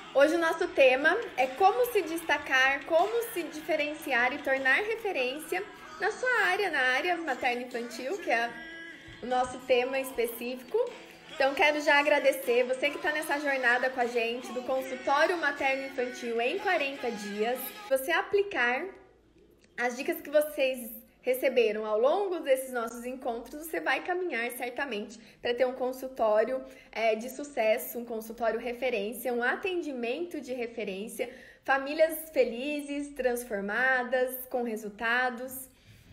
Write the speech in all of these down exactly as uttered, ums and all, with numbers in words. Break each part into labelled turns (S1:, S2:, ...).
S1: Hoje o nosso tema é como se destacar, como se diferenciar e tornar referência na sua área, na área materno-infantil, que é o nosso tema específico. Então quero já agradecer você que está nessa jornada com a gente do consultório materno-infantil em quarenta dias. Você aplicar as dicas que vocês receberam ao longo desses nossos encontros, você vai caminhar certamente para ter um consultório é, de sucesso, um consultório referência, um atendimento de referência, famílias felizes, transformadas, com resultados.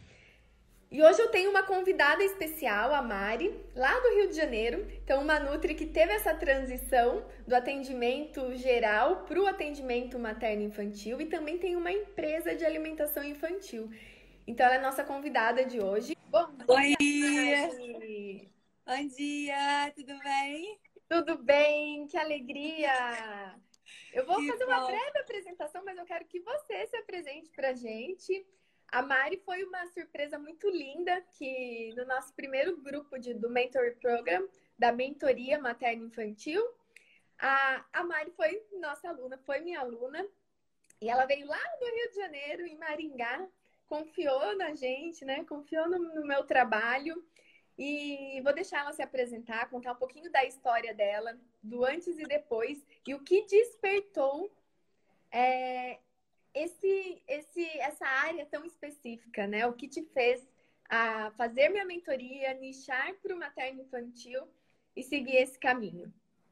S1: E hoje eu tenho uma convidada especial, a Mari, lá do Rio de Janeiro. Então, uma Nutri que teve essa transição do atendimento geral para o atendimento materno-infantil e também tem uma empresa de alimentação infantil. Então, ela é nossa convidada de hoje. Bom
S2: Oi!
S1: dia, Mari!
S2: Bom dia, tudo bem?
S1: Tudo bem? Que alegria! Eu vou
S2: Que
S1: fazer uma
S2: bom!
S1: breve apresentação, mas eu quero que você se apresente para a gente. A Mari foi uma surpresa muito linda que no nosso primeiro grupo de, do Mentor Program, da mentoria materno-infantil, a, a Mari foi nossa aluna, foi minha aluna, e ela veio lá do Rio de Janeiro, em Maringá, confiou na gente, né? Confiou no, no meu trabalho. E vou deixar ela se apresentar, contar um pouquinho da história dela, do antes e depois, e o que despertou é, esse, esse, essa área tão específica, né? O que te fez a fazer minha mentoria, nichar para o materno infantil e seguir esse caminho.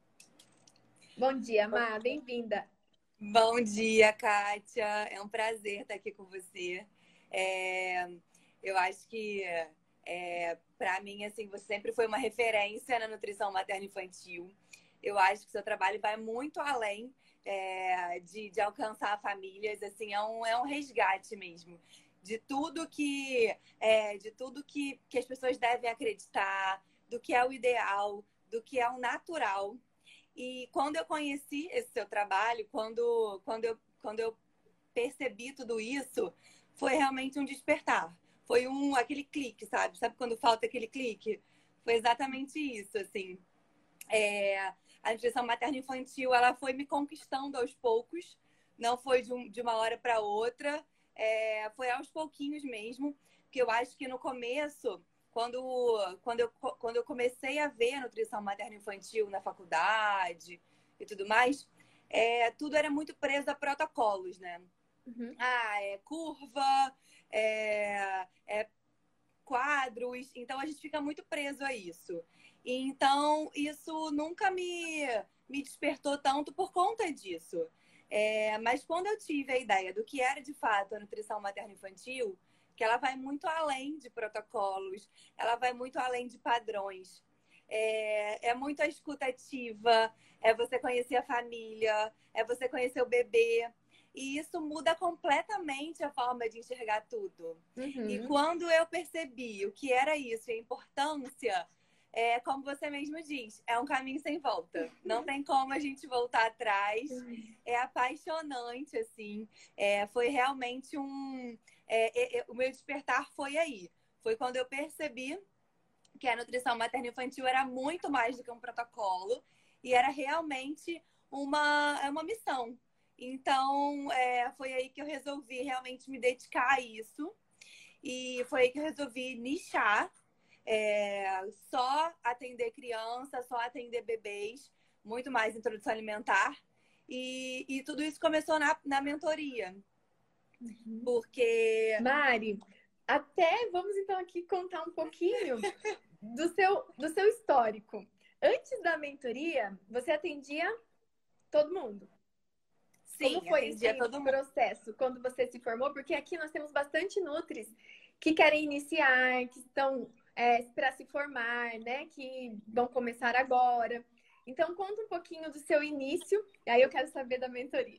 S1: Bom dia, Má, bem-vinda.
S2: Bom dia, Kátia. É um prazer estar aqui com você. É, eu acho que, é, para mim, assim, você sempre foi uma referência na nutrição materno-infantil. Eu acho que seu trabalho vai muito além é, de, de alcançar famílias. Assim, é um, é um resgate mesmo de tudo que, é, de tudo que, que as pessoas devem acreditar, do que é o ideal, do que é o natural. E quando eu conheci esse seu trabalho, quando, quando, eu, quando eu percebi tudo isso, foi realmente um despertar. Foi um, aquele clique, sabe? Sabe quando falta aquele clique? Foi exatamente isso, assim. É, a nutrição materno-infantil, ela foi me conquistando aos poucos. Não foi de, um, de uma hora para outra. É, foi aos pouquinhos mesmo. Porque eu acho que no começo... Quando, quando, eu, quando eu comecei a ver a nutrição materno-infantil na faculdade e tudo mais, é, tudo era muito preso a protocolos, né?
S1: Uhum.
S2: Ah, é curva, é, é quadros, então a gente fica muito preso a isso. Então, isso nunca me, me despertou tanto por conta disso. É, mas quando eu tive a ideia do que era de fato a nutrição materno-infantil, que ela vai muito além de protocolos, ela vai muito além de padrões. É, é muito a escutativa, é você conhecer a família, é você conhecer o bebê. E isso muda completamente a forma de enxergar tudo.
S1: Uhum.
S2: E quando eu percebi o que era isso e a importância, é, como você mesmo diz, é um caminho sem volta. Não tem como a gente voltar atrás. É apaixonante, assim. É, foi realmente um... É, é, o meu despertar foi aí. Foi quando eu percebi que a nutrição materno-infantil era muito mais do que um protocolo e era realmente uma, uma missão. Então, é, foi aí que eu resolvi realmente me dedicar a isso. E foi aí que eu resolvi nichar, é, só atender criança, só atender bebês, muito mais introdução alimentar. E, e tudo isso começou na, na mentoria.
S1: Uhum.
S2: Porque...
S1: Mari, até vamos então aqui contar um pouquinho do seu, do seu histórico. Antes da mentoria, você atendia todo mundo. Como
S2: Sim,
S1: foi esse
S2: atendia todo mundo.
S1: processo quando você se formou? Porque aqui nós temos bastante nutris que querem iniciar, que estão é, para se formar, né? Que vão começar agora. Então, conta um pouquinho do seu início, e aí eu quero saber da mentoria.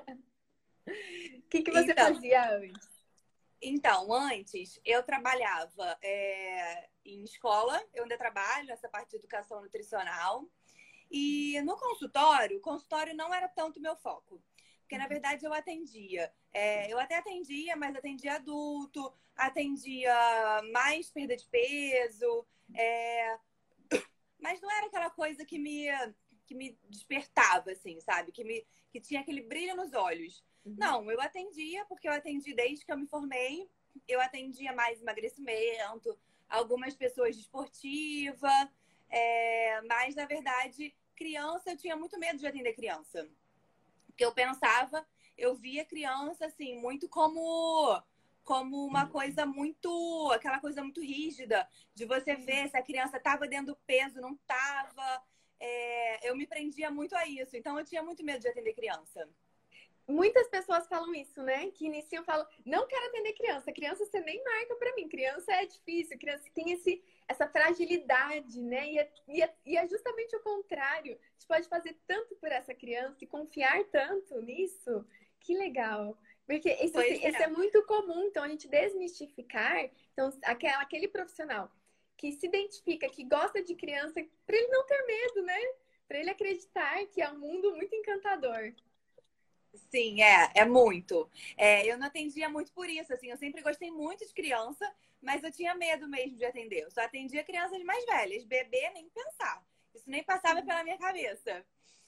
S1: O que, que você
S2: Então,
S1: fazia antes?
S2: Então, antes eu trabalhava é, em escola, eu ainda trabalho nessa parte de educação nutricional. E no consultório, o consultório não era tanto meu foco. Porque, na verdade, eu atendia. É, eu até atendia, mas atendia adulto, atendia mais perda de peso. É, mas não era aquela coisa que me, que me despertava, assim, sabe? Que, me, que tinha aquele brilho nos olhos. Uhum. Não, eu atendia, porque eu atendi desde que eu me formei. Eu atendia mais emagrecimento, algumas pessoas de esportiva. É, mas, na verdade, criança, eu tinha muito medo de atender criança. Porque eu pensava, eu via criança, assim, muito como... como uma coisa muito, aquela coisa muito rígida, de você ver se a criança estava dentro do peso, não estava. É, eu me prendia muito a isso, então eu tinha muito medo de atender criança.
S1: Muitas pessoas falam isso, né? Que iniciam, falam, não quero atender criança. Criança você nem marca pra mim. Criança é difícil. Criança tem esse, essa fragilidade, né? E é, e, é, e é justamente o contrário. A gente pode fazer tanto por essa criança e confiar tanto nisso. Que legal. Porque isso, assim,
S2: é.
S1: isso é muito comum. Então, a gente desmistificar. Então, aquele, aquele profissional que se identifica, que gosta de criança, para ele não ter medo, né? Para ele acreditar que é um mundo muito encantador.
S2: Sim, é, é muito. É, eu não atendia muito por isso, assim, eu sempre gostei muito de criança, mas eu tinha medo mesmo de atender. Eu só atendia crianças mais velhas, bebê nem pensar. Isso nem passava pela minha cabeça.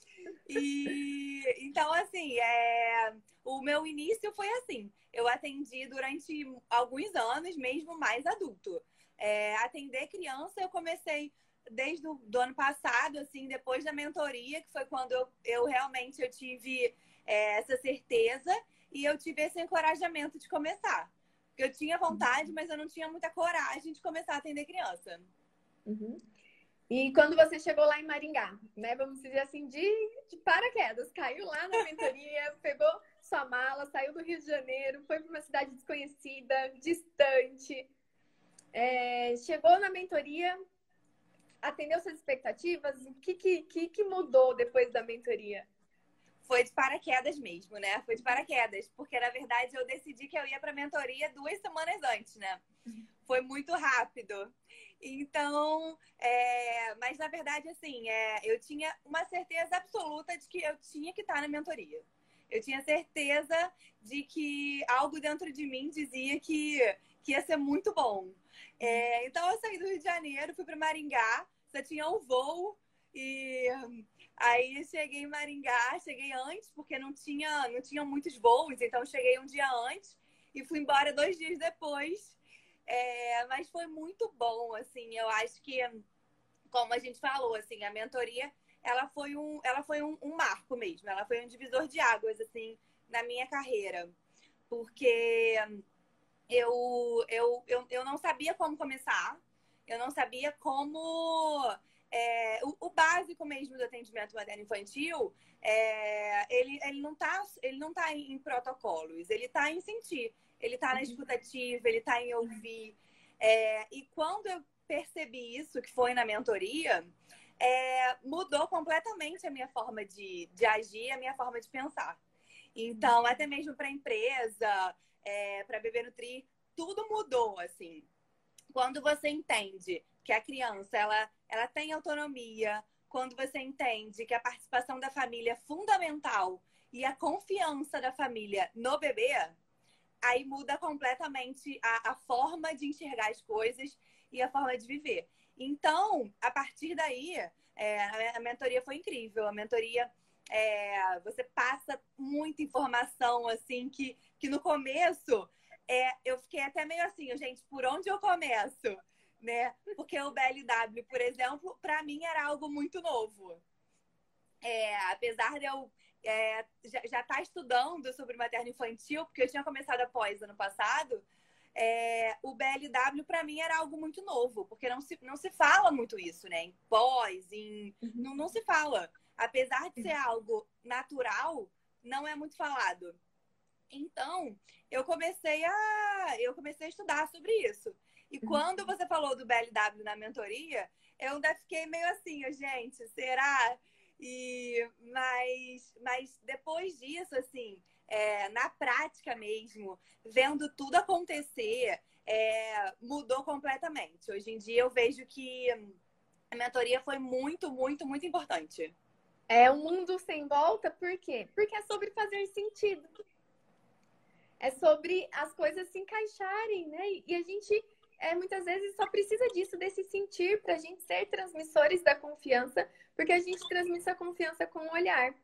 S2: E então, assim, é, o meu início foi assim. Eu atendi durante alguns anos, mesmo mais adulto. É, atender criança, eu comecei desde o do ano passado, assim, depois da mentoria, que foi quando eu, eu realmente eu tive é, essa certeza e eu tive esse encorajamento de começar. Porque eu tinha vontade, mas eu não tinha muita coragem de começar a atender criança.
S1: Uhum. E quando você chegou lá em Maringá, né? Vamos dizer assim, de, de paraquedas, caiu lá na mentoria, pegou sua mala, saiu do Rio de Janeiro, foi para uma cidade desconhecida, distante, é, chegou na mentoria, atendeu suas expectativas? O que, que, que mudou depois da mentoria?
S2: Foi de paraquedas mesmo, né? Foi de paraquedas, porque na verdade eu decidi que eu ia para mentoria duas semanas antes, né? Foi muito rápido. Então, é... mas na verdade, assim, é... eu tinha uma certeza absoluta de que eu tinha que estar na mentoria. Eu tinha certeza de que algo dentro de mim dizia que, que ia ser muito bom. É... Então, eu saí do Rio de Janeiro, fui para Maringá, só tinha um voo e aí cheguei em Maringá, cheguei antes, porque não tinha, não tinha muitos voos, então cheguei um dia antes e fui embora dois dias depois. É, mas foi muito bom, assim, eu acho que, como a gente falou, assim, a mentoria, ela foi um, ela foi um, um marco mesmo, ela foi um divisor de águas, assim, na minha carreira, porque eu, eu, eu, eu não sabia como começar, eu não sabia como... É, o, o básico mesmo do atendimento materno-infantil, é, ele, ele não está ele não tá em, em protocolos, ele está em sentir, ele está na escutativa, ele está em ouvir. É, e quando eu percebi isso, que foi na mentoria, é, mudou completamente a minha forma de, de agir, a minha forma de pensar. Então, até mesmo para a empresa, é, para Bebê Nutri, tudo mudou, assim. Quando você entende que a criança ela, ela tem autonomia, quando você entende que a participação da família é fundamental e a confiança da família no bebê, aí muda completamente a, a forma de enxergar as coisas e a forma de viver. Então, a partir daí, é, a mentoria foi incrível. A mentoria, é, você passa muita informação, assim, que, que no começo... É, eu fiquei até meio assim, gente, por onde eu começo? Né? Porque o B L W, por exemplo, para mim era algo muito novo. É, apesar de eu é, já estar tá estudando sobre materno-infantil, porque eu tinha começado a pós ano passado, é, o B L W para mim era algo muito novo, porque não se, não se fala muito isso, né? Em pós, em, não, não se fala. Apesar de ser algo natural, não é muito falado. Então, eu comecei a eu comecei a estudar sobre isso. E quando você falou do B L W na mentoria, eu ainda fiquei meio assim, gente, será? E, mas, mas depois disso, assim, é, na prática mesmo, vendo tudo acontecer, é, mudou completamente. Hoje em dia eu vejo que a mentoria foi muito, muito, muito importante.
S1: É um mundo sem volta, por quê? Porque é sobre fazer sentido. É sobre as coisas se encaixarem, né? E a gente é, muitas vezes só precisa disso, desse sentir, para a gente ser transmissores da confiança, porque a gente transmite essa confiança com o olhar.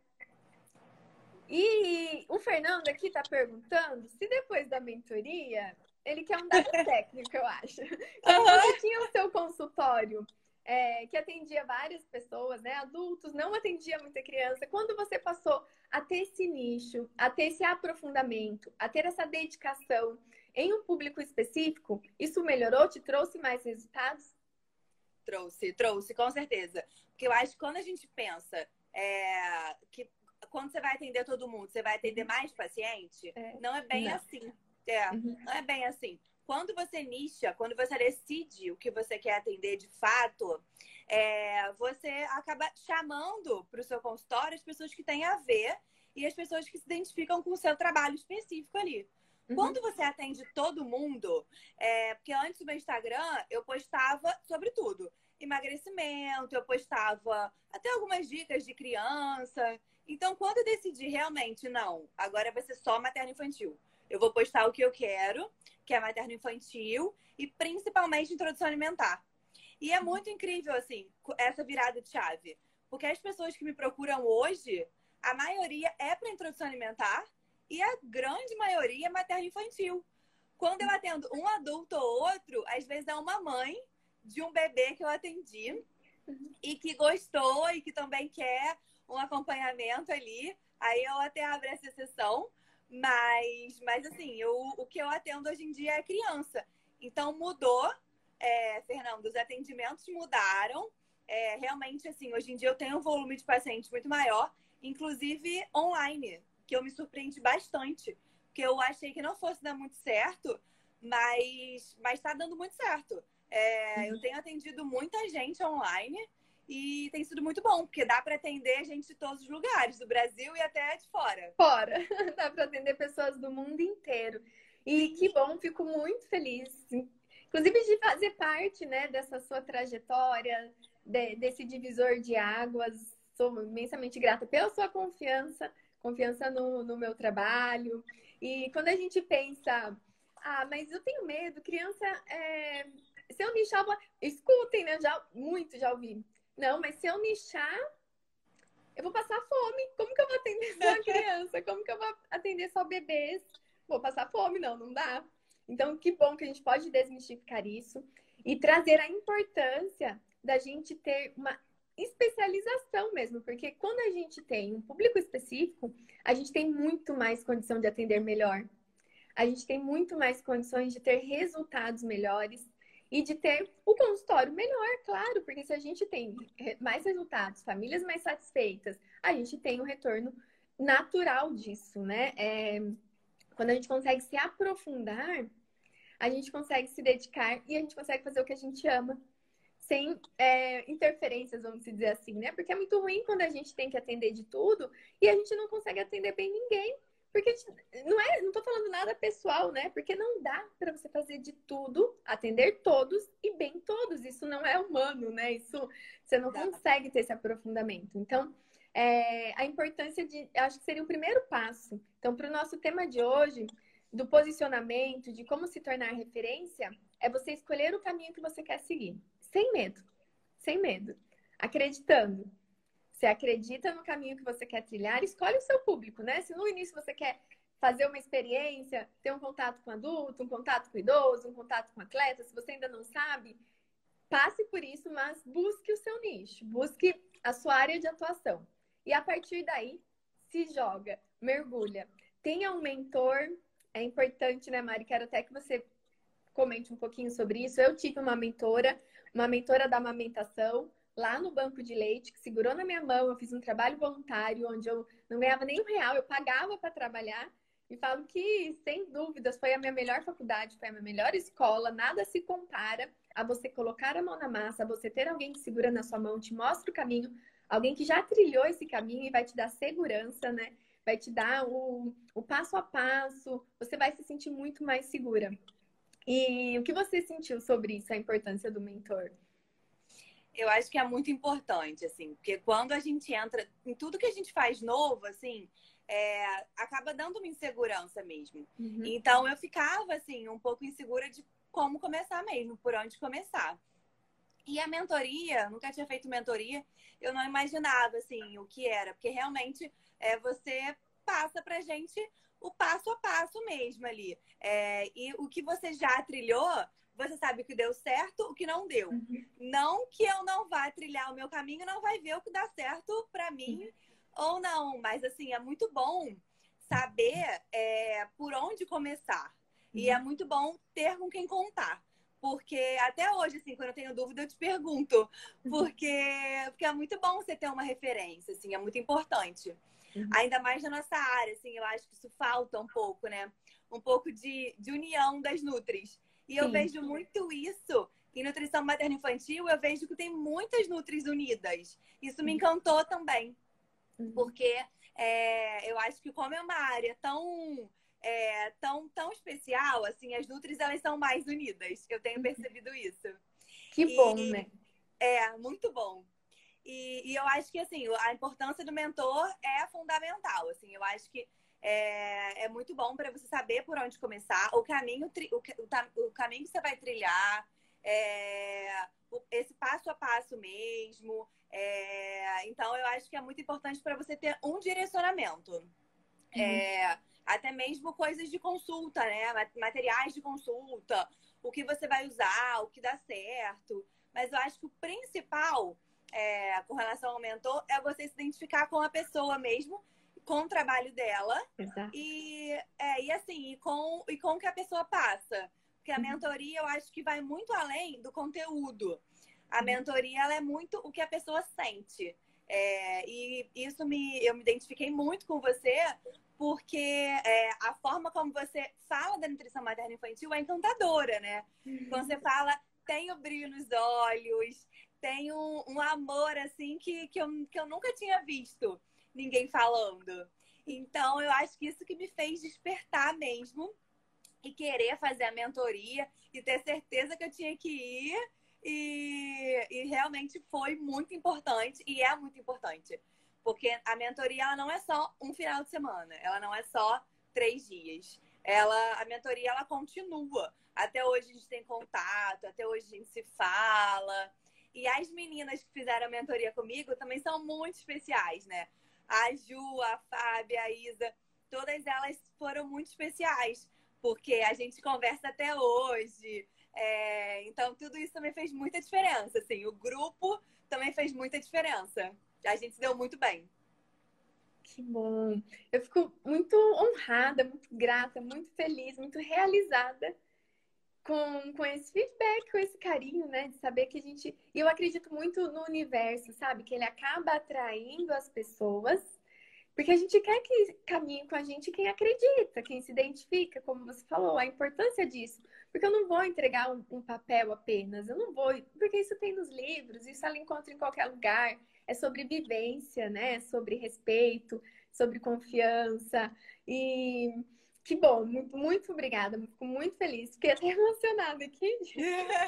S1: E o Fernando aqui está perguntando se depois da mentoria, ele quer um dado técnico, eu acho. Então, você tinha o seu consultório, é, que atendia várias pessoas, né? Adultos, não atendia muita criança. Quando você passou a ter esse nicho, a ter esse aprofundamento, a ter essa dedicação em um público específico, isso melhorou? Te trouxe mais resultados?
S2: Trouxe, trouxe, com certeza. Porque eu acho que quando a gente pensa é, que quando você vai atender todo mundo, você vai atender mais paciente, é. não é bem não. assim. É, uhum. Não é bem assim. Quando você nicha, quando você decide o que você quer atender de fato, é, você acaba chamando para o seu consultório as pessoas que têm a ver e as pessoas que se identificam com o seu trabalho específico ali. Uhum. Quando você atende todo mundo, é, porque antes do meu Instagram eu postava sobre tudo. Emagrecimento, eu postava até algumas dicas de criança. Então, quando eu decidi realmente, não, agora vai ser só materno-infantil. Eu vou postar o que eu quero, que é materno-infantil e principalmente introdução alimentar. E é muito incrível, assim, essa virada de chave. Porque as pessoas que me procuram hoje, a maioria é para introdução alimentar e a grande maioria é materno-infantil. Quando eu atendo um adulto ou outro, às vezes é uma mãe de um bebê que eu atendi e que gostou e que também quer um acompanhamento ali. Aí eu até abro essa sessão. Mas, mas assim, eu, o que eu atendo hoje em dia é criança. Então, mudou, é, Fernando, os atendimentos mudaram. É, realmente, assim, hoje em dia eu tenho um volume de pacientes muito maior, inclusive online, que eu me surpreendi bastante. Porque eu achei que não fosse dar muito certo, mas mas tá dando muito certo. É, eu tenho atendido muita gente online e tem sido muito bom, porque dá para atender gente de todos os lugares, do Brasil e até de fora.
S1: Fora. Dá para atender pessoas do mundo inteiro. E Sim. Que bom, fico muito feliz. Inclusive de fazer parte, né, dessa sua trajetória, de, desse divisor de águas. Sou imensamente grata pela sua confiança, confiança no, no meu trabalho. E quando a gente pensa, ah, mas eu tenho medo, criança, é... se eu nichar, escutem, né, já, muito já ouvi. Não, mas se eu nichar, eu vou passar fome. Como que eu vou atender só criança? Como que eu vou atender só bebês? Vou passar fome? Não, não dá. Então, que bom que a gente pode desmistificar isso e trazer a importância da gente ter uma especialização mesmo, porque quando a gente tem um público específico, a gente tem muito mais condição de atender melhor. A gente tem muito mais condições de ter resultados melhores e de ter o consultório melhor, claro, porque se a gente tem mais resultados, famílias mais satisfeitas, a gente tem um retorno natural disso, né? É, quando a gente consegue se aprofundar, a gente consegue se dedicar e a gente consegue fazer o que a gente ama, sem é, interferências, vamos dizer assim, né? Porque é muito ruim quando a gente tem que atender de tudo e a gente não consegue atender bem ninguém. Porque não é, não tô falando nada pessoal, né? Porque não dá para você fazer de tudo, atender todos e bem todos. Isso não é humano, né? Isso você não consegue ter esse aprofundamento. Então, é, a importância de, acho que seria o primeiro passo. Então, para o nosso tema de hoje, do posicionamento, de como se tornar referência, é você escolher o caminho que você quer seguir, sem medo, sem medo, acreditando. Você acredita no caminho que você quer trilhar, escolhe o seu público, né? Se no início você quer fazer uma experiência, ter um contato com adulto, um contato com idoso, um contato com atleta, se você ainda não sabe, passe por isso, mas busque o seu nicho, busque a sua área de atuação. E a partir daí, se joga, mergulha. Tenha um mentor, é importante, né, Mari? Quero até que você comente um pouquinho sobre isso. Eu tive uma mentora, uma mentora da amamentação, lá no banco de leite, que segurou na minha mão. Eu fiz um trabalho voluntário, onde eu não ganhava nem um real, eu pagava para trabalhar. E falo que, sem dúvidas, foi a minha melhor faculdade, foi a minha melhor escola. Nada se compara a você colocar a mão na massa, a você ter alguém que segura na sua mão, te mostra o caminho, alguém que já trilhou esse caminho e vai te dar segurança, né? Vai te dar o, o passo a passo, você vai se sentir muito mais segura. E o que você sentiu sobre isso, a importância do mentor?
S2: Eu acho que é muito importante, assim, porque quando a gente entra em tudo que a gente faz novo, assim, é, acaba dando uma insegurança mesmo. Uhum. Então, eu ficava, assim, um pouco insegura de como começar mesmo, por onde começar. E a mentoria, nunca tinha feito mentoria, eu não imaginava, assim, o que era. Porque realmente é, você passa pra gente o passo a passo mesmo ali. É, e o que você já trilhou, você sabe o que deu certo, o que não deu.
S1: Uhum.
S2: Não que eu não vá trilhar o meu caminho, não vai ver o que dá certo pra mim ou não. Mas, assim, é muito bom saber é, por onde começar. E é muito bom ter com quem contar. Porque até hoje, assim, quando eu tenho dúvida, eu te pergunto. Porque, porque é muito bom você ter uma referência, assim, é muito importante.
S1: Uhum.
S2: Ainda mais na nossa área, assim, eu acho que isso falta um pouco, né? Um pouco de, de união das nutris. E eu
S1: Sim.
S2: vejo muito isso em nutrição materno-infantil, eu vejo que tem muitas nutris unidas. Isso me encantou também.
S1: Uhum.
S2: Porque é, eu acho que como é uma área tão... É, tão, tão especial, assim, as nutris, elas são mais unidas. Eu tenho percebido isso.
S1: Que bom,
S2: E
S1: né?
S2: é muito bom. E, e eu acho que, assim, a importância do mentor é fundamental, assim. Eu acho que é, é muito bom para você saber por onde começar, o caminho, o, o, o caminho que você vai trilhar, é, esse passo a passo mesmo. É, então, eu acho que é muito importante para você ter um direcionamento.
S1: Uhum.
S2: É, até mesmo coisas de consulta, né? Materiais de consulta, o que você vai usar, o que dá certo. Mas eu acho que o principal é, com relação ao mentor é você se identificar com a pessoa mesmo, com o trabalho dela.
S1: Exato.
S2: E, é, e assim, e com, e com o que a pessoa passa. Porque a mentoria eu acho que vai muito além do conteúdo. A mentoria ela é muito o que a pessoa sente. É, e isso me, eu me identifiquei muito com você, porque é, a forma como você fala da nutrição materna infantil é encantadora, né? Quando você fala, tem o brilho nos olhos, tem um, um amor, assim, que, que, eu, que eu nunca tinha visto ninguém falando. Então, eu acho que isso que me fez despertar mesmo e querer fazer a mentoria e ter certeza que eu tinha que ir. E, e realmente foi muito importante e é muito importante. Porque a mentoria ela não é só um final de semana, ela não é só três dias. Ela, a mentoria ela continua. Até hoje a gente tem contato, até hoje a gente se fala. E as meninas que fizeram a mentoria comigo também são muito especiais, né? A Ju, a Fábia, a Isa, todas elas foram muito especiais, porque a gente conversa até hoje. É, então, tudo isso também fez muita diferença. Assim, o grupo também fez muita diferença. A gente se deu muito bem.
S1: Que bom. Eu fico muito honrada, muito grata, muito feliz, muito realizada com, com esse feedback, com esse carinho, né? De saber que a gente... E eu acredito muito no universo, sabe? Que ele acaba atraindo as pessoas, porque a gente quer que caminhe com a gente quem acredita, quem se identifica, como você falou, a importância disso. Porque eu não vou entregar um, um papel apenas, eu não vou... Porque isso tem nos livros, isso ela encontra em qualquer lugar. É sobre vivência, né? É sobre respeito, sobre confiança. E que bom, muito, muito obrigada. Fico muito feliz. Fiquei até emocionada aqui de,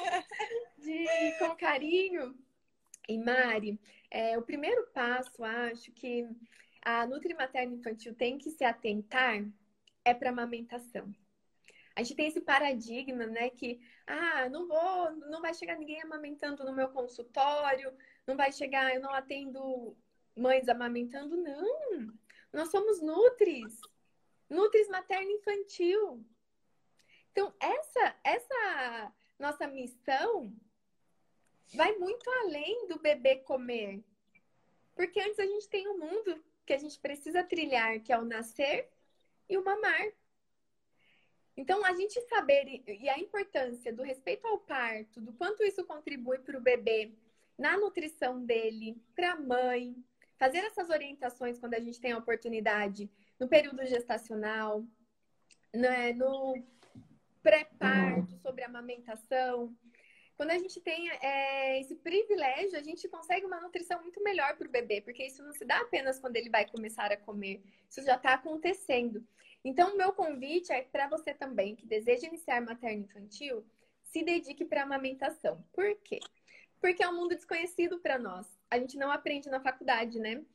S1: de com carinho. E Mari, é, o primeiro passo, acho que a Nutri Materno Infantil tem que se atentar é para amamentação. A gente tem esse paradigma, né, que ah, não vou, não vai chegar ninguém amamentando no meu consultório, não vai chegar, eu não atendo mães amamentando, não. Nós somos nutris, nutris materno infantil. Então, essa essa nossa missão vai muito além do bebê comer. Porque antes a gente tem um mundo que a gente precisa trilhar, que é o nascer e o mamar. Então, a gente saber e a importância do respeito ao parto, do quanto isso contribui para o bebê, na nutrição dele, para a mãe, fazer essas orientações quando a gente tem a oportunidade no período gestacional, né, no pré-parto, sobre a amamentação. Quando a gente tem é, esse privilégio, a gente consegue uma nutrição muito melhor para o bebê, porque isso não se dá apenas quando ele vai começar a comer, isso já está acontecendo. Então, o meu convite é para você também, que deseja iniciar materno-infantil, se dedique para a amamentação. Por quê? Porque é um mundo desconhecido para nós. A gente não aprende na faculdade, né?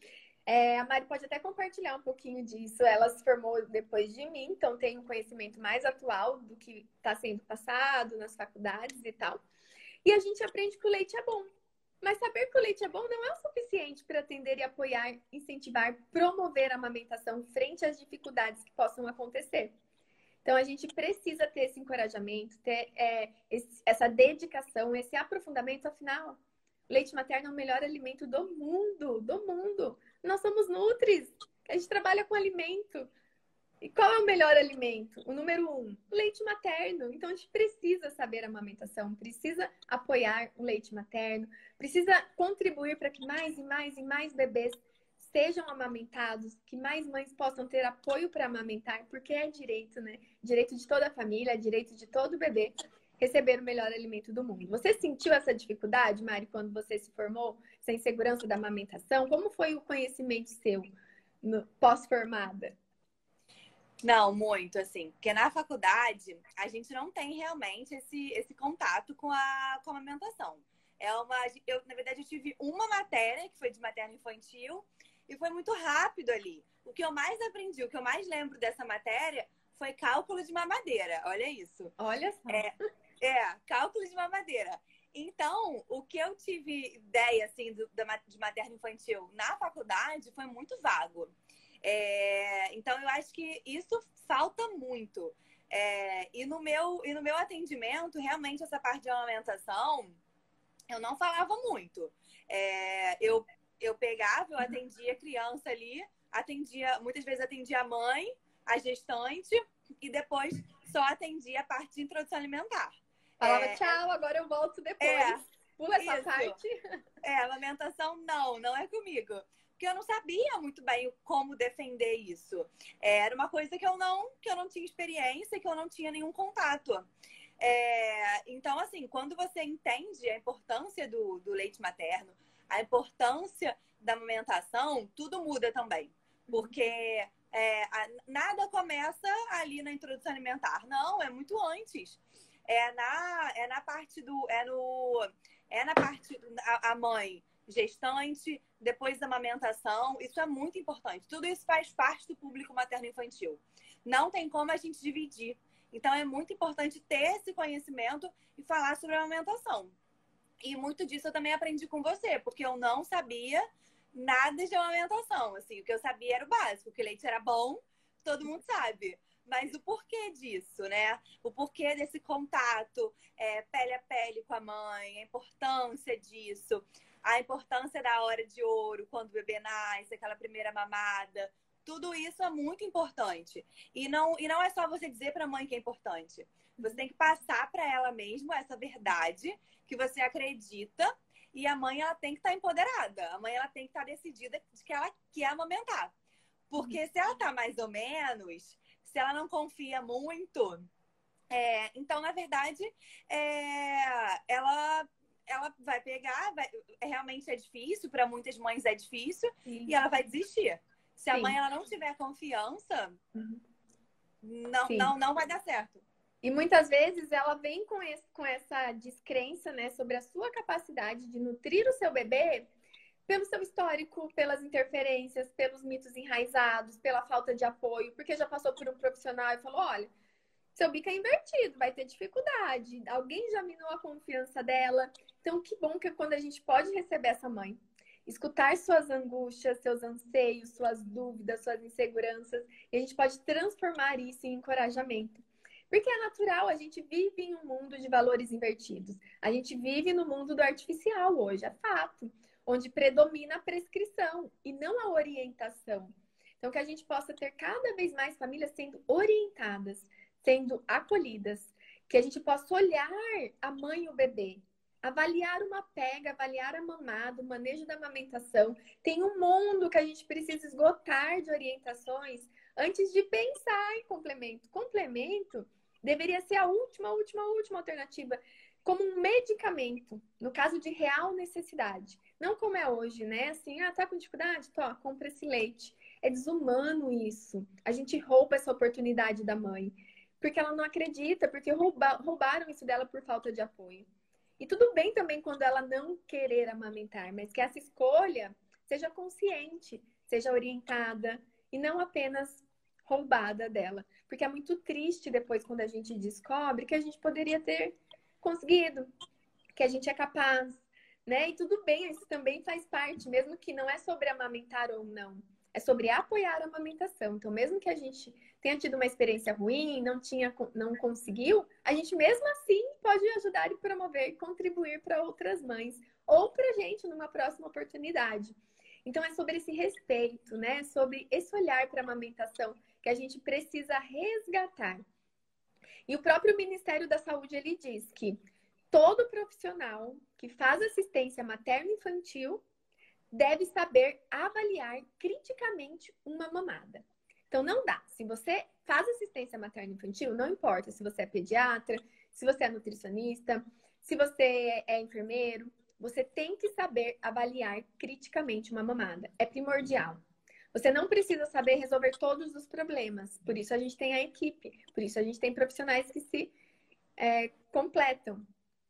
S1: É, a Mari pode até compartilhar um pouquinho disso. Ela se formou depois de mim, então tem um conhecimento mais atual do que está sendo passado nas faculdades e tal. E a gente aprende que o leite é bom. Mas saber que o leite é bom não é o suficiente para atender e apoiar, incentivar, promover a amamentação frente às dificuldades que possam acontecer. Então, a gente precisa ter esse encorajamento, ter é, esse, essa dedicação, esse aprofundamento. Afinal, o leite materno é o melhor alimento do mundo, do mundo. Nós somos nutris, a gente trabalha com alimento. E qual é o melhor alimento? O número um, o leite materno. Então, a gente precisa saber a amamentação, precisa apoiar o leite materno, precisa contribuir para que mais e mais e mais bebês sejam amamentados, que mais mães possam ter apoio para amamentar, porque é direito, né? Direito de toda a família, é direito de todo bebê receber o melhor alimento do mundo. Você sentiu essa dificuldade, Mari, quando você se formou, essa insegurança da amamentação? Como foi o conhecimento seu pós-formada?
S2: Não, muito, assim. Porque na faculdade, a gente não tem realmente esse, esse contato com a, com a amamentação. É uma, eu, na verdade, eu tive uma matéria, que foi de materno infantil, e foi muito rápido ali. O que eu mais aprendi, o que eu mais lembro dessa matéria foi cálculo de mamadeira. Olha isso.
S1: Olha só.
S2: É, é cálculo de mamadeira. Então, o que eu tive ideia, assim, do, de materno infantil na faculdade foi muito vago. É, então, eu acho que isso falta muito. É, e, no meu, e no meu atendimento, realmente, essa parte de amamentação, eu não falava muito. É, eu, eu pegava, eu atendia a criança ali, atendia, muitas vezes atendia a mãe, a gestante, e depois só atendia a parte de introdução alimentar.
S1: Falava,
S2: é,
S1: tchau, agora eu volto depois.
S2: É,
S1: Pula essa
S2: isso.
S1: parte.
S2: É, amamentação não, não é comigo. Porque eu não sabia muito bem como defender isso. É, era uma coisa que eu não, que eu não tinha experiência, que eu não tinha nenhum contato. É, então, assim, quando você entende a importância do, do leite materno, a importância da amamentação, tudo muda também. Porque é, a, nada começa ali na introdução alimentar. Não, é muito antes. É na, é na parte do... É, no, é na parte... A, a mãe gestante, depois da amamentação. Isso é muito importante. Tudo isso faz parte do público materno-infantil. Não tem como a gente dividir. Então, é muito importante ter esse conhecimento e falar sobre a amamentação. E muito disso eu também aprendi com você, porque eu não sabia nada de amamentação. Assim, o que eu sabia era o básico, que leite era bom, todo mundo sabe. Mas o porquê disso, né? O porquê desse contato é, pele a pele com a mãe, a importância disso, a importância da hora de ouro, quando o bebê nasce, aquela primeira mamada. Tudo isso é muito importante. E não, e não é só você dizer para a mãe que é importante. Você tem que passar para ela mesmo essa verdade que você acredita. E a mãe, ela tem que estar empoderada. A mãe, ela tem que estar decidida de que ela quer amamentar. Porque se ela tá mais ou menos, se ela não confia muito, é, então, na verdade, é, ela, ela vai pegar, vai, realmente é difícil, para muitas mães é difícil, Sim. e ela vai desistir. Se a Sim. mãe ela não tiver confiança, uhum. não, não, não vai dar certo.
S1: E muitas vezes ela vem com, esse, com essa descrença, né, sobre a sua capacidade de nutrir o seu bebê pelo seu histórico, pelas interferências, pelos mitos enraizados, pela falta de apoio, porque já passou por um profissional e falou, olha, seu bico é invertido, vai ter dificuldade, alguém já minou a confiança dela. Então, que bom que é quando a gente pode receber essa mãe, escutar suas angústias, seus anseios, suas dúvidas, suas inseguranças, e a gente pode transformar isso em encorajamento. Porque é natural, a gente vive em um mundo de valores invertidos. A gente vive no mundo do artificial hoje, é fato. Onde predomina a prescrição e não a orientação. Então, que a gente possa ter cada vez mais famílias sendo orientadas, sendo acolhidas. Que a gente possa olhar a mãe e o bebê, avaliar uma pega, avaliar a mamada, o manejo da amamentação. Tem um mundo que a gente precisa esgotar de orientações antes de pensar em complemento. Complemento deveria ser a última, última, última alternativa, como um medicamento, no caso de real necessidade. Não como é hoje, né? Assim, ah, tá com dificuldade? Tó, compra esse leite. É desumano isso. A gente rouba essa oportunidade da mãe. Porque ela não acredita, porque rouba, roubaram isso dela por falta de apoio. E tudo bem também quando ela não querer amamentar, mas que essa escolha seja consciente. seja orientada e não apenas roubada dela. Porque é muito triste depois quando a gente descobre que a gente poderia ter conseguido, que a gente é capaz, né? E tudo bem, isso também faz parte, mesmo que não é sobre amamentar ou não. É sobre apoiar a amamentação. Então, mesmo que a gente tenha tido uma experiência ruim, não tinha, não conseguiu, a gente mesmo assim pode ajudar e promover, contribuir para outras mães ou para a gente numa próxima oportunidade. Então, é sobre esse respeito, né? Sobre esse olhar para a amamentação que a gente precisa resgatar. E o próprio Ministério da Saúde, ele diz que todo profissional que faz assistência materno-infantil deve saber avaliar criticamente uma mamada. Então, não dá. Se você faz assistência materno-infantil, não importa se você é pediatra, se você é nutricionista, se você é enfermeiro, você tem que saber avaliar criticamente uma mamada. É primordial. Você não precisa saber resolver todos os problemas. Por isso a gente tem a equipe. Por isso a gente tem profissionais que se é, completam.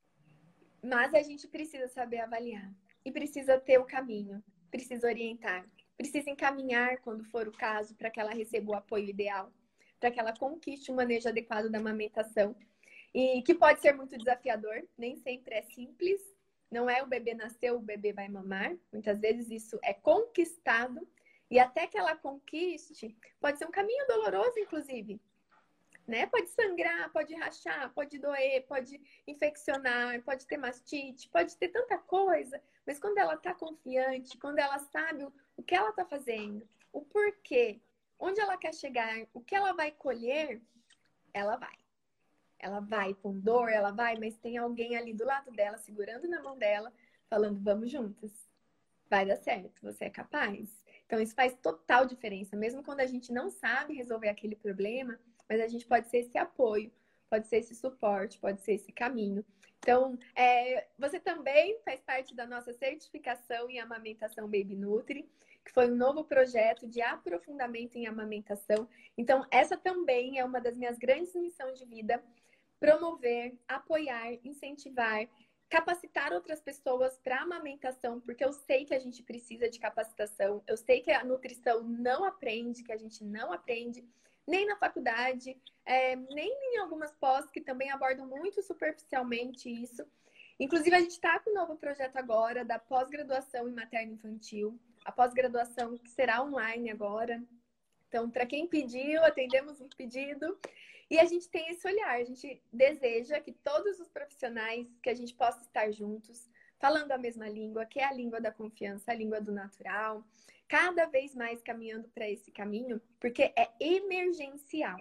S1: Mas a gente precisa saber avaliar. E precisa ter o caminho. Precisa orientar. Precisa encaminhar, quando for o caso, para que ela receba o apoio ideal. Para que ela conquiste o manejo adequado da amamentação. E que pode ser muito desafiador. Nem sempre é simples. Não é o bebê nasceu, o bebê vai mamar. Muitas vezes isso é conquistado. E até que ela conquiste, pode ser um caminho doloroso, inclusive. Né? Pode sangrar, pode rachar, pode doer, pode infeccionar, pode ter mastite, pode ter tanta coisa. Mas quando ela está confiante, quando ela sabe o, o que ela está fazendo, o porquê, onde ela quer chegar, o que ela vai colher, ela vai. Ela vai com dor, ela vai, mas tem alguém ali do lado dela, segurando na mão dela, falando, vamos juntas. Vai dar certo, você é capaz. Então, isso faz total diferença. Mesmo quando a gente não sabe resolver aquele problema, mas a gente pode ser esse apoio, pode ser esse suporte, pode ser esse caminho. Então, é, você também faz parte da nossa certificação em amamentação Baby Nutri, que foi um novo projeto de aprofundamento em amamentação. Então, essa também é uma das minhas grandes missões de vida, promover, apoiar, incentivar, capacitar outras pessoas para amamentação, porque eu sei que a gente precisa de capacitação, eu sei que a nutrição não aprende, que a gente não aprende, nem na faculdade, é, nem em algumas pós que também abordam muito superficialmente isso. Inclusive, a gente está com um novo projeto agora da pós-graduação em materno-infantil, a pós-graduação que será online agora. Então, para quem pediu, atendemos um pedido. E a gente tem esse olhar, a gente deseja que todos os profissionais, que a gente possa estar juntos, falando a mesma língua, que é a língua da confiança, a língua do natural, cada vez mais caminhando para esse caminho, porque é emergencial.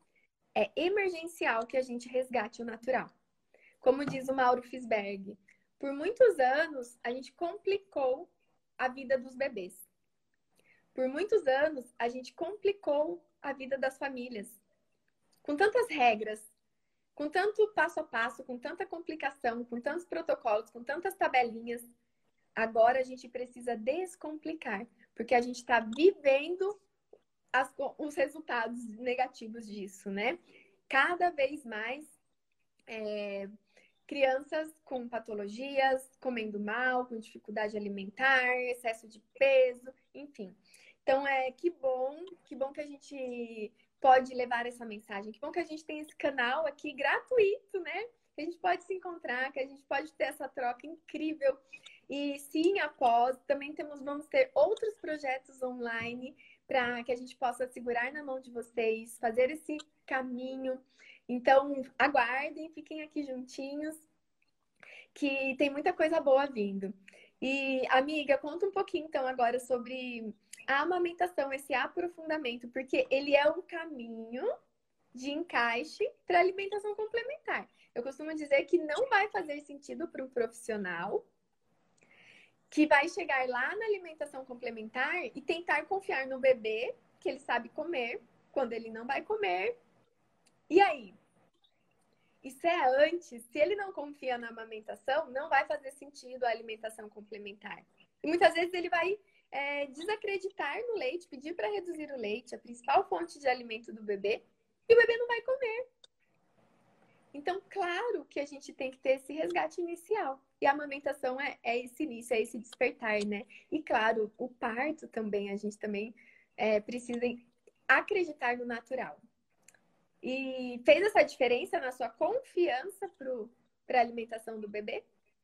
S1: É emergencial que a gente resgate o natural. Como diz o Mauro Fisberg, por muitos anos a gente complicou a vida dos bebês. Por muitos anos a gente complicou a vida das famílias. Com tantas regras, com tanto passo a passo, com tanta complicação, com tantos protocolos, com tantas tabelinhas, agora a gente precisa descomplicar, porque a gente está vivendo as, os resultados negativos disso, né? Cada vez mais é, crianças com patologias, comendo mal, com dificuldade alimentar, excesso de peso, enfim. Então, é que bom, que bom que a gente pode levar essa mensagem. Que bom que a gente tem esse canal aqui gratuito, né? Que a gente pode se encontrar, que a gente pode ter essa troca incrível. E sim, após, também temos, vamos ter outros projetos online para que a gente possa segurar na mão de vocês, fazer esse caminho. Então, aguardem, fiquem aqui juntinhos, que tem muita coisa boa vindo. E, amiga, conta um pouquinho, então, agora sobre a amamentação, esse aprofundamento, porque ele é um caminho de encaixe para alimentação complementar. Eu costumo dizer que não vai fazer sentido para um profissional que vai chegar lá na alimentação complementar e tentar confiar no bebê, que ele sabe comer, quando ele não vai comer. E aí? Isso é antes. Se ele não confia na amamentação, não vai fazer sentido a alimentação complementar. E muitas vezes ele vai é, desacreditar no leite, pedir para reduzir o leite, a principal fonte de alimento do bebê, e o bebê não vai comer. Então, claro que a gente tem que ter esse resgate inicial. E a amamentação é, é esse início, é esse despertar, né? E claro, o parto também, a gente também é, precisa acreditar no natural. E fez essa diferença na sua confiança para a alimentação do bebê?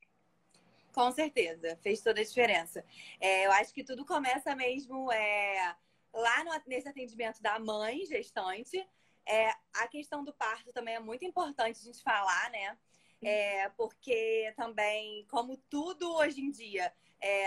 S2: Com certeza, fez toda a diferença. É, eu acho que tudo começa mesmo é, lá no, nesse atendimento da mãe gestante. É, a questão do parto também é muito importante a gente falar, né? É, porque também, como tudo hoje em dia, é,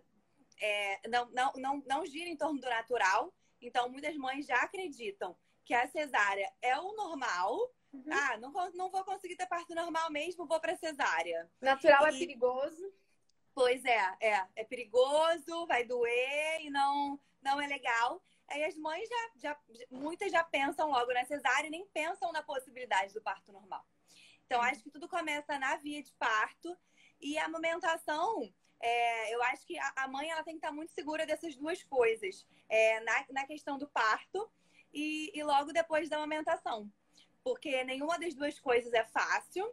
S2: é, não, não, não, não gira em torno do natural. Então, muitas mães já acreditam que a cesárea é o normal. Uhum. Ah, não, não vou conseguir ter parto normal mesmo, vou para cesárea.
S1: Natural
S2: e,
S1: é perigoso.
S2: Pois é, é, é perigoso, vai doer e não, não é legal. Aí as mães já, já, muitas já pensam logo na cesárea e nem pensam na possibilidade do parto normal. Então, acho que tudo começa na via de parto. E a amamentação, é, eu acho que a, a mãe ela tem que estar muito segura dessas duas coisas. É, na, na questão do parto e, e logo depois da amamentação. Porque nenhuma das duas coisas é fácil.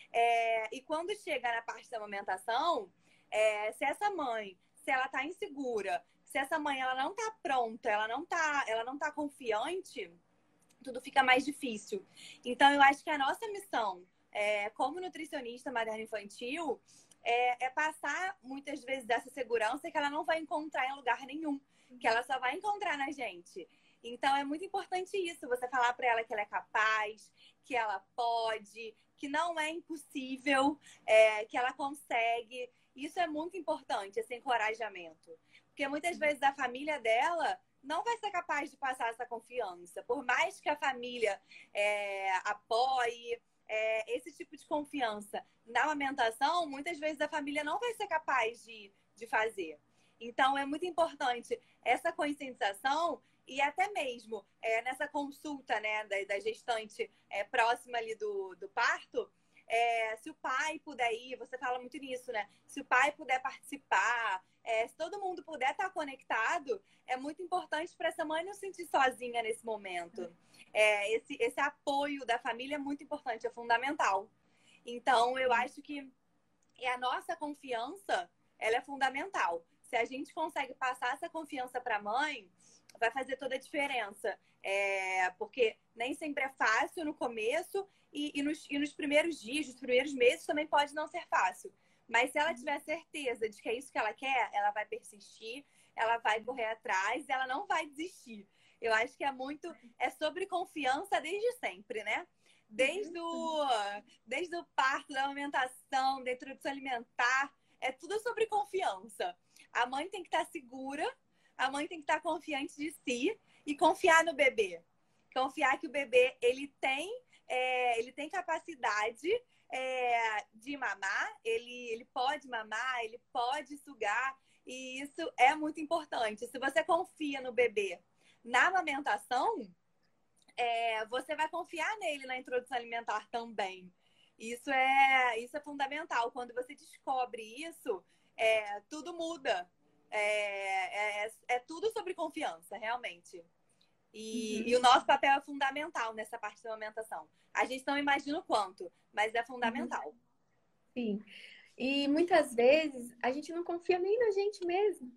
S2: É, e quando chega na parte da amamentação, é, se essa mãe, se ela tá insegura, se essa mãe ela não tá pronta, ela não tá, ela não tá confiante, tudo fica mais difícil. Então, eu acho que a nossa missão, é, como nutricionista materno-infantil, é, é passar muitas vezes dessa segurança que ela não vai encontrar em lugar nenhum, que ela só vai encontrar na gente. Então, é muito importante isso, você falar para ela que ela é capaz, que ela pode, que não é impossível, é, que ela consegue. Isso é muito importante, esse encorajamento. Porque muitas vezes a família dela não vai ser capaz de passar essa confiança. Por mais que a família é, apoie é, esse tipo de confiança na amamentação, muitas vezes a família não vai ser capaz de, de fazer. Então, é muito importante essa conscientização e até mesmo é, nessa consulta, né, da, da gestante é, próxima ali do, do parto, é, se o pai puder ir, você fala muito nisso, né? Se o pai puder participar, é, se todo mundo puder estar conectado, é muito importante para essa mãe não se sentir sozinha nesse momento. É, esse, esse apoio da família é muito importante, é fundamental. Então, eu acho que a nossa confiança, ela é fundamental. Se a gente consegue passar essa confiança para a mãe, vai fazer toda a diferença. É, porque nem sempre é fácil no começo e, e, nos, e nos primeiros dias, nos primeiros meses também pode não ser fácil. Mas se ela tiver certeza de que é isso que ela quer, ela vai persistir, ela vai correr atrás, ela não vai desistir. Eu acho que é muito, é sobre confiança desde sempre, né? Desde o, desde o parto, da amamentação, da introdução alimentar, é tudo sobre confiança. A mãe tem que estar segura, a mãe tem que estar confiante de si e confiar no bebê. Confiar que o bebê, ele tem, é, ele tem capacidade é, de mamar, ele, ele pode mamar, ele pode sugar, e isso é muito importante. Se você confia no bebê na amamentação, é, você vai confiar nele na introdução alimentar também. Isso é, isso é fundamental. Quando você descobre isso, é, tudo muda. É, é, é tudo sobre confiança, realmente. E, uhum. e o nosso papel é fundamental nessa parte da amamentação. A gente não imagina o quanto, mas é fundamental.
S1: Sim. E muitas vezes a gente não confia nem na gente mesmo.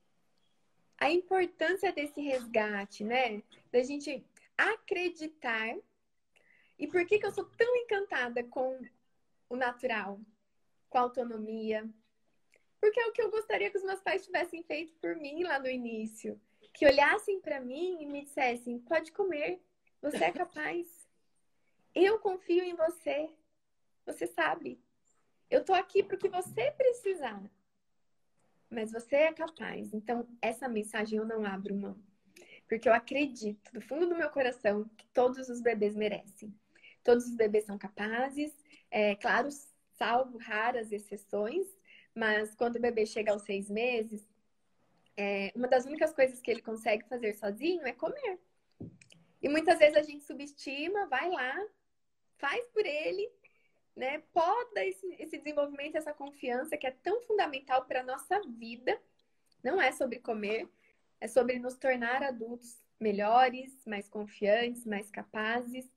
S1: A importância desse resgate, né? Da gente acreditar. E por que que eu sou tão encantada com o natural? Com a autonomia? Porque é o que eu gostaria que os meus pais tivessem feito por mim lá no início. Que olhassem para mim e me dissessem, pode comer, você é capaz. Eu confio em você. Você sabe. Eu tô aqui para o que você precisar. Mas você é capaz. Então, essa mensagem eu não abro mão. Porque eu acredito, do fundo do meu coração, que todos os bebês merecem. Todos os bebês são capazes. É claro, salvo raras exceções. Mas quando o bebê chega aos seis meses, é, uma das únicas coisas que ele consegue fazer sozinho é comer. E muitas vezes a gente subestima, vai lá, faz por ele, né? Poda esse, esse desenvolvimento, essa confiança que é tão fundamental para a nossa vida. Não é sobre comer, é sobre nos tornar adultos melhores, mais confiantes, mais capazes.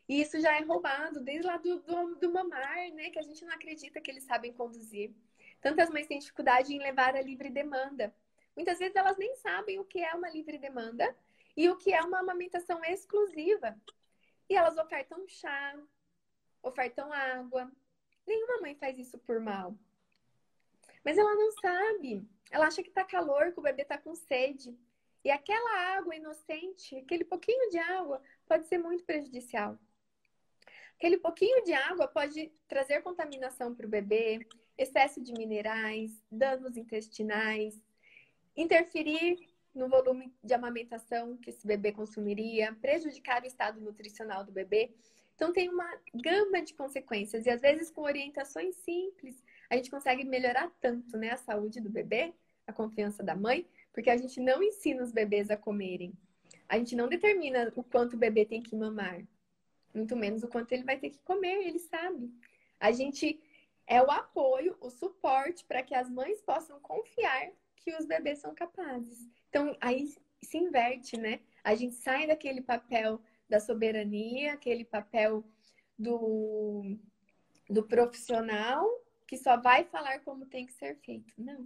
S1: E isso já é roubado desde lá do, do, do mamar, né? Que a gente não acredita que eles sabem conduzir. Tantas mães têm dificuldade em levar a livre demanda. Muitas vezes elas nem sabem o que é uma livre demanda e o que é uma amamentação exclusiva. E elas ofertam chá, ofertam água. Nenhuma mãe faz isso por mal. Mas ela não sabe. Ela acha que tá calor, que o bebê tá com sede. E aquela água inocente, aquele pouquinho de água, pode ser muito prejudicial. Aquele pouquinho de água pode trazer contaminação para o bebê, excesso de minerais, danos intestinais, interferir no volume de amamentação que esse bebê consumiria, prejudicar o estado nutricional do bebê. Então, tem uma gama de consequências. E, às vezes, com orientações simples, a gente consegue melhorar tanto, né, a saúde do bebê, a confiança da mãe, porque a gente não ensina os bebês a comerem. A gente não determina o quanto o bebê tem que mamar. Muito menos o quanto ele vai ter que comer, ele sabe. A gente é o apoio, o suporte para que as mães possam confiar que os bebês são capazes. Então, aí se inverte, né? A gente sai daquele papel da soberania, aquele papel do, do profissional que só vai falar como tem que ser feito. Não.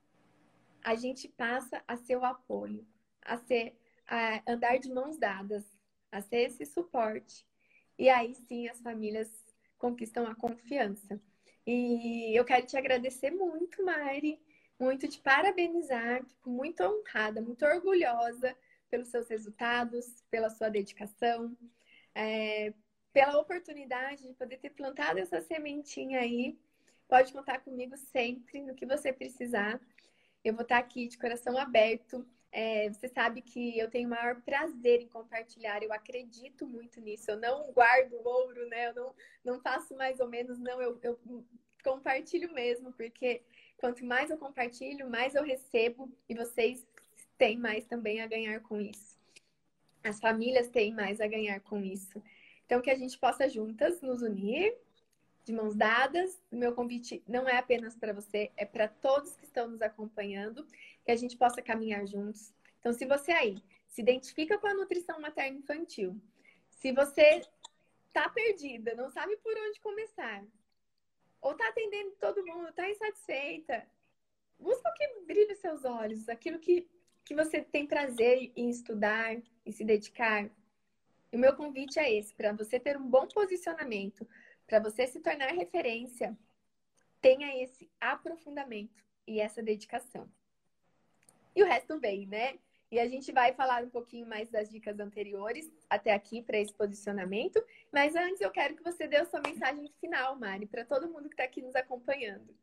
S1: A gente passa a ser o apoio, a ser, a andar de mãos dadas, a ser esse suporte. E aí sim as famílias conquistam a confiança. E eu quero te agradecer muito, Mari, muito te parabenizar, fico muito honrada, muito orgulhosa pelos seus resultados, pela sua dedicação, é, pela oportunidade de poder ter plantado essa sementinha aí. Pode contar comigo sempre, no que você precisar. Eu vou estar aqui de coração aberto. É, você sabe que eu tenho o maior prazer em compartilhar, eu acredito muito nisso, eu não guardo ouro, né? Eu não, não faço mais ou menos, não, eu, eu compartilho mesmo, porque quanto mais eu compartilho, mais eu recebo e vocês têm mais também a ganhar com isso. As famílias têm mais a ganhar com isso. Então, que a gente possa juntas nos unir, de mãos dadas. O meu convite não é apenas para você, é para todos que estão nos acompanhando, que a gente possa caminhar juntos. Então, se você aí se identifica com a nutrição materno-infantil, se você está perdida, não sabe por onde começar, ou está atendendo todo mundo, está insatisfeita, busca o que brilha os seus olhos, aquilo que, que você tem prazer em estudar, em se dedicar. E o meu convite é esse, para você ter um bom posicionamento, para você se tornar referência, tenha esse aprofundamento e essa dedicação. E o resto vem, né? E a gente vai falar um pouquinho mais das dicas anteriores até aqui para esse posicionamento. Mas antes eu quero que você dê a sua mensagem final, Mari, para todo mundo que está aqui nos acompanhando.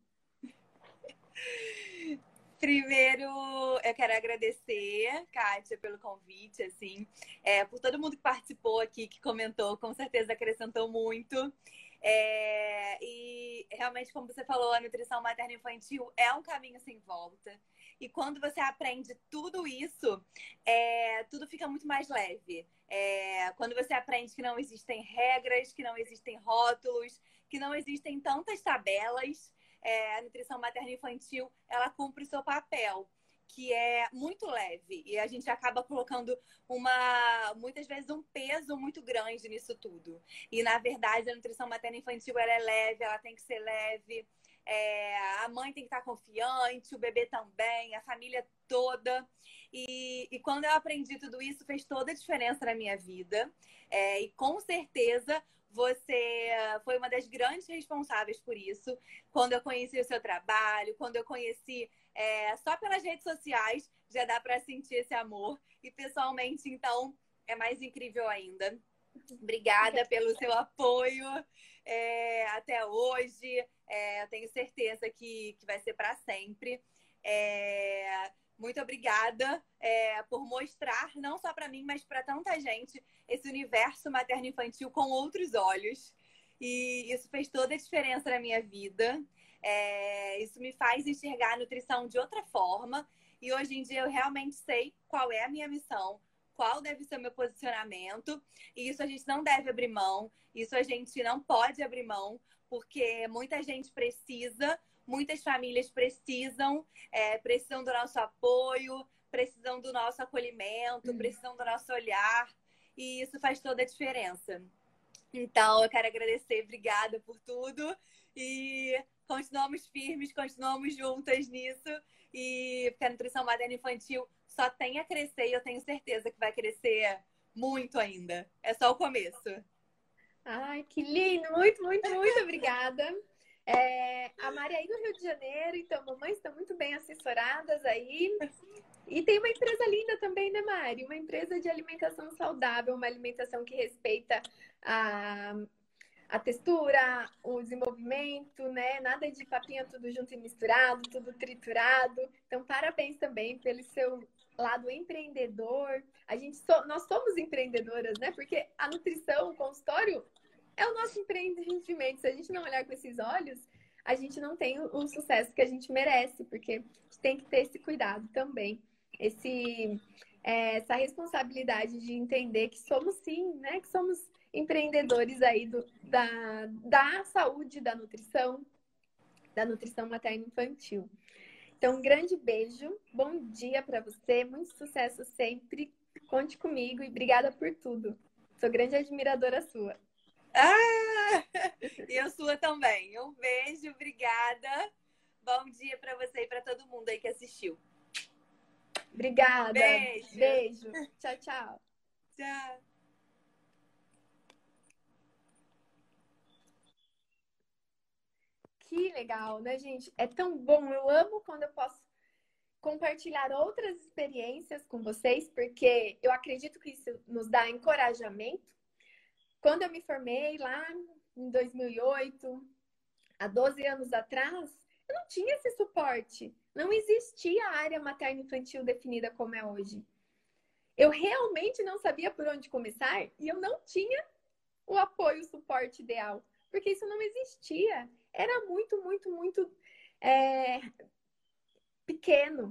S2: Primeiro, eu quero agradecer, Kátia, pelo convite, assim, é, por todo mundo que participou aqui, que comentou, com certeza acrescentou muito. É, e realmente, como você falou, a nutrição materno-infantil é um caminho sem volta. E quando você aprende tudo isso, é, tudo fica muito mais leve. É, quando você aprende que não existem regras, que não existem rótulos, que não existem tantas tabelas, é, a nutrição materno-infantil, ela cumpre o seu papel, que é muito leve. E a gente acaba colocando uma, muitas vezes, um peso muito grande nisso tudo. E, na verdade, a nutrição materno-infantil, ela é leve, ela tem que ser leve. É, a mãe tem que estar confiante, o bebê também, a família toda. E, e quando eu aprendi tudo isso, fez toda a diferença na minha vida. É, e, com certeza, você foi uma das grandes responsáveis por isso. Quando eu conheci o seu trabalho, quando eu conheci é, só pelas redes sociais, já dá para sentir esse amor. E pessoalmente, então, é mais incrível ainda. Obrigada pelo seu apoio é, até hoje. É, eu tenho certeza que, que vai ser para sempre. É, muito obrigada é, por mostrar, não só para mim, mas para tanta gente, esse universo materno-infantil com outros olhos. E isso fez toda a diferença na minha vida. É, isso me faz enxergar a nutrição de outra forma. E hoje em dia eu realmente sei qual é a minha missão, qual deve ser o meu posicionamento. E isso a gente não deve abrir mão. Isso a gente não pode abrir mão, porque muita gente precisa, muitas famílias precisam, é, precisam do nosso apoio, precisam do nosso acolhimento, precisam do nosso olhar. E isso faz toda a diferença. Então, eu quero agradecer, obrigada por tudo. E continuamos firmes, continuamos juntas nisso. E porque a nutrição materna infantil só tem a crescer e eu tenho certeza que vai crescer muito ainda. É só o começo.
S1: Ai, que lindo! Muito, muito, muito obrigada. É, a Mari é aí no Rio de Janeiro, então mamães estão muito bem assessoradas aí. E tem uma empresa linda também, né, Mari? Uma empresa de alimentação saudável, uma alimentação que respeita a, a textura, o desenvolvimento, né? Nada de papinha tudo junto e misturado, tudo triturado. Então, parabéns também pelo seu lado empreendedor. A gente so, nós somos empreendedoras, né? Porque a nutrição, o consultório é o nosso empreendimento. Se a gente não olhar com esses olhos, a gente não tem o, o sucesso que a gente merece, porque a gente tem que ter esse cuidado também. Esse, é, essa responsabilidade de entender que somos sim, né? Que somos empreendedores aí do, da, da saúde, da nutrição, da nutrição materna infantil. Então, um grande beijo, bom dia para você, muito sucesso sempre, conte comigo e obrigada por tudo. Sou grande admiradora sua.
S2: Ah! E eu sua também. Um beijo, obrigada. Bom dia para você e para todo mundo aí que assistiu.
S1: Obrigada.
S2: Beijo.
S1: Beijo. Tchau, tchau.
S2: Tchau.
S1: Que legal, né, gente? É tão bom. Eu amo quando eu posso compartilhar outras experiências com vocês, porque eu acredito que isso nos dá encorajamento. Quando eu me formei lá em dois mil e oito, há doze anos atrás, eu não tinha esse suporte. Não existia a área materno-infantil definida como é hoje. Eu realmente não sabia por onde começar e eu não tinha o apoio, o suporte ideal, porque isso não existia. Era muito, muito, muito é, pequeno.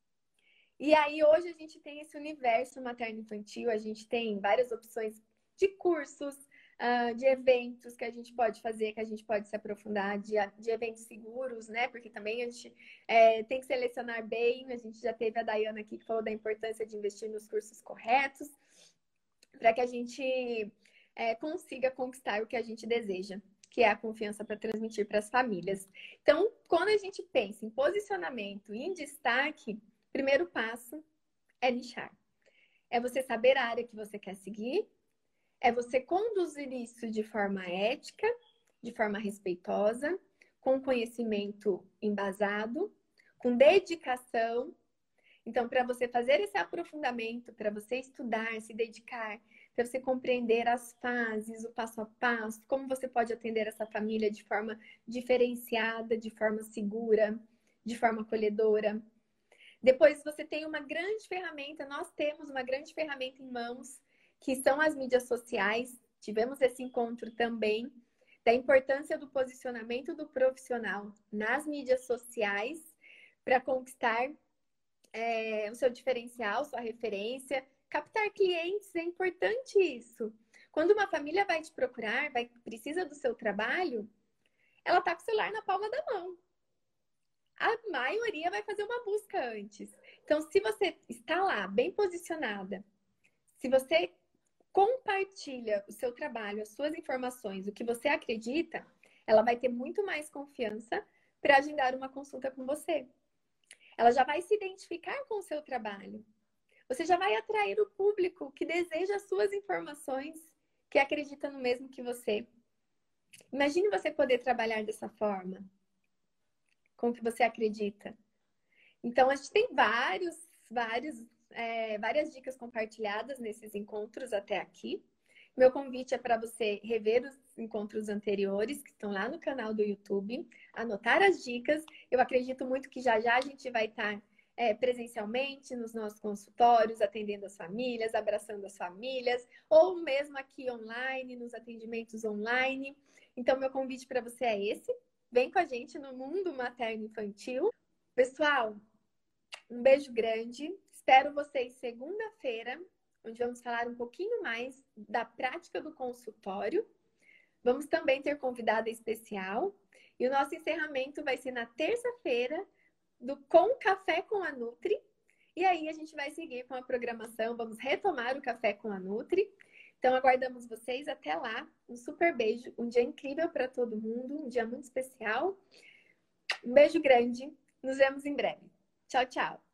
S1: E aí, hoje, a gente tem esse universo materno-infantil, a gente tem várias opções de cursos, uh, de eventos que a gente pode fazer, que a gente pode se aprofundar, de, de eventos seguros, né? Porque também a gente é, tem que selecionar bem. A gente já teve a Dayana aqui que falou da importância de investir nos cursos corretos, para que a gente é, consiga conquistar o que a gente deseja, que é a confiança para transmitir para as famílias. Então, quando a gente pensa em posicionamento e em destaque, primeiro passo é nichar. É você saber a área que você quer seguir, é você conduzir isso de forma ética, de forma respeitosa, com conhecimento embasado, com dedicação. Então, para você fazer esse aprofundamento, para você estudar, se dedicar, para você compreender as fases, o passo a passo, como você pode atender essa família de forma diferenciada, de forma segura, de forma acolhedora. Depois você tem uma grande ferramenta, nós temos uma grande ferramenta em mãos, que são as mídias sociais. Tivemos esse encontro também, da importância do posicionamento do profissional nas mídias sociais para conquistar é, o seu diferencial, sua referência, captar clientes, é importante isso. Quando uma família vai te procurar, vai, precisa do seu trabalho, ela está com o celular na palma da mão. A maioria vai fazer uma busca antes. Então, se você está lá, bem posicionada, se você compartilha o seu trabalho, as suas informações, o que você acredita, ela vai ter muito mais confiança para agendar uma consulta com você. Ela já vai se identificar com o seu trabalho. Você já vai atrair o público que deseja as suas informações, que acredita no mesmo que você. Imagine você poder trabalhar dessa forma, com o que você acredita. Então, a gente tem vários, vários, é, várias dicas compartilhadas nesses encontros até aqui. Meu convite é para você rever os encontros anteriores, que estão lá no canal do YouTube, anotar as dicas. Eu acredito muito que já já a gente vai estar é, presencialmente nos nossos consultórios, atendendo as famílias, abraçando as famílias, ou mesmo aqui online, nos atendimentos online. Então, meu convite para você é esse. Vem com a gente no Mundo Materno Infantil. Pessoal, um beijo grande. Espero vocês segunda-feira, onde vamos falar um pouquinho mais da prática do consultório. Vamos também ter convidada especial. E o nosso encerramento vai ser na terça-feira, do Com Café com a Nutri. E aí a gente vai seguir com a programação. Vamos retomar o Café com a Nutri. Então, aguardamos vocês até lá. Um super beijo, um dia incrível para todo mundo, um dia muito especial. Um beijo grande. Nos vemos em breve. Tchau, tchau.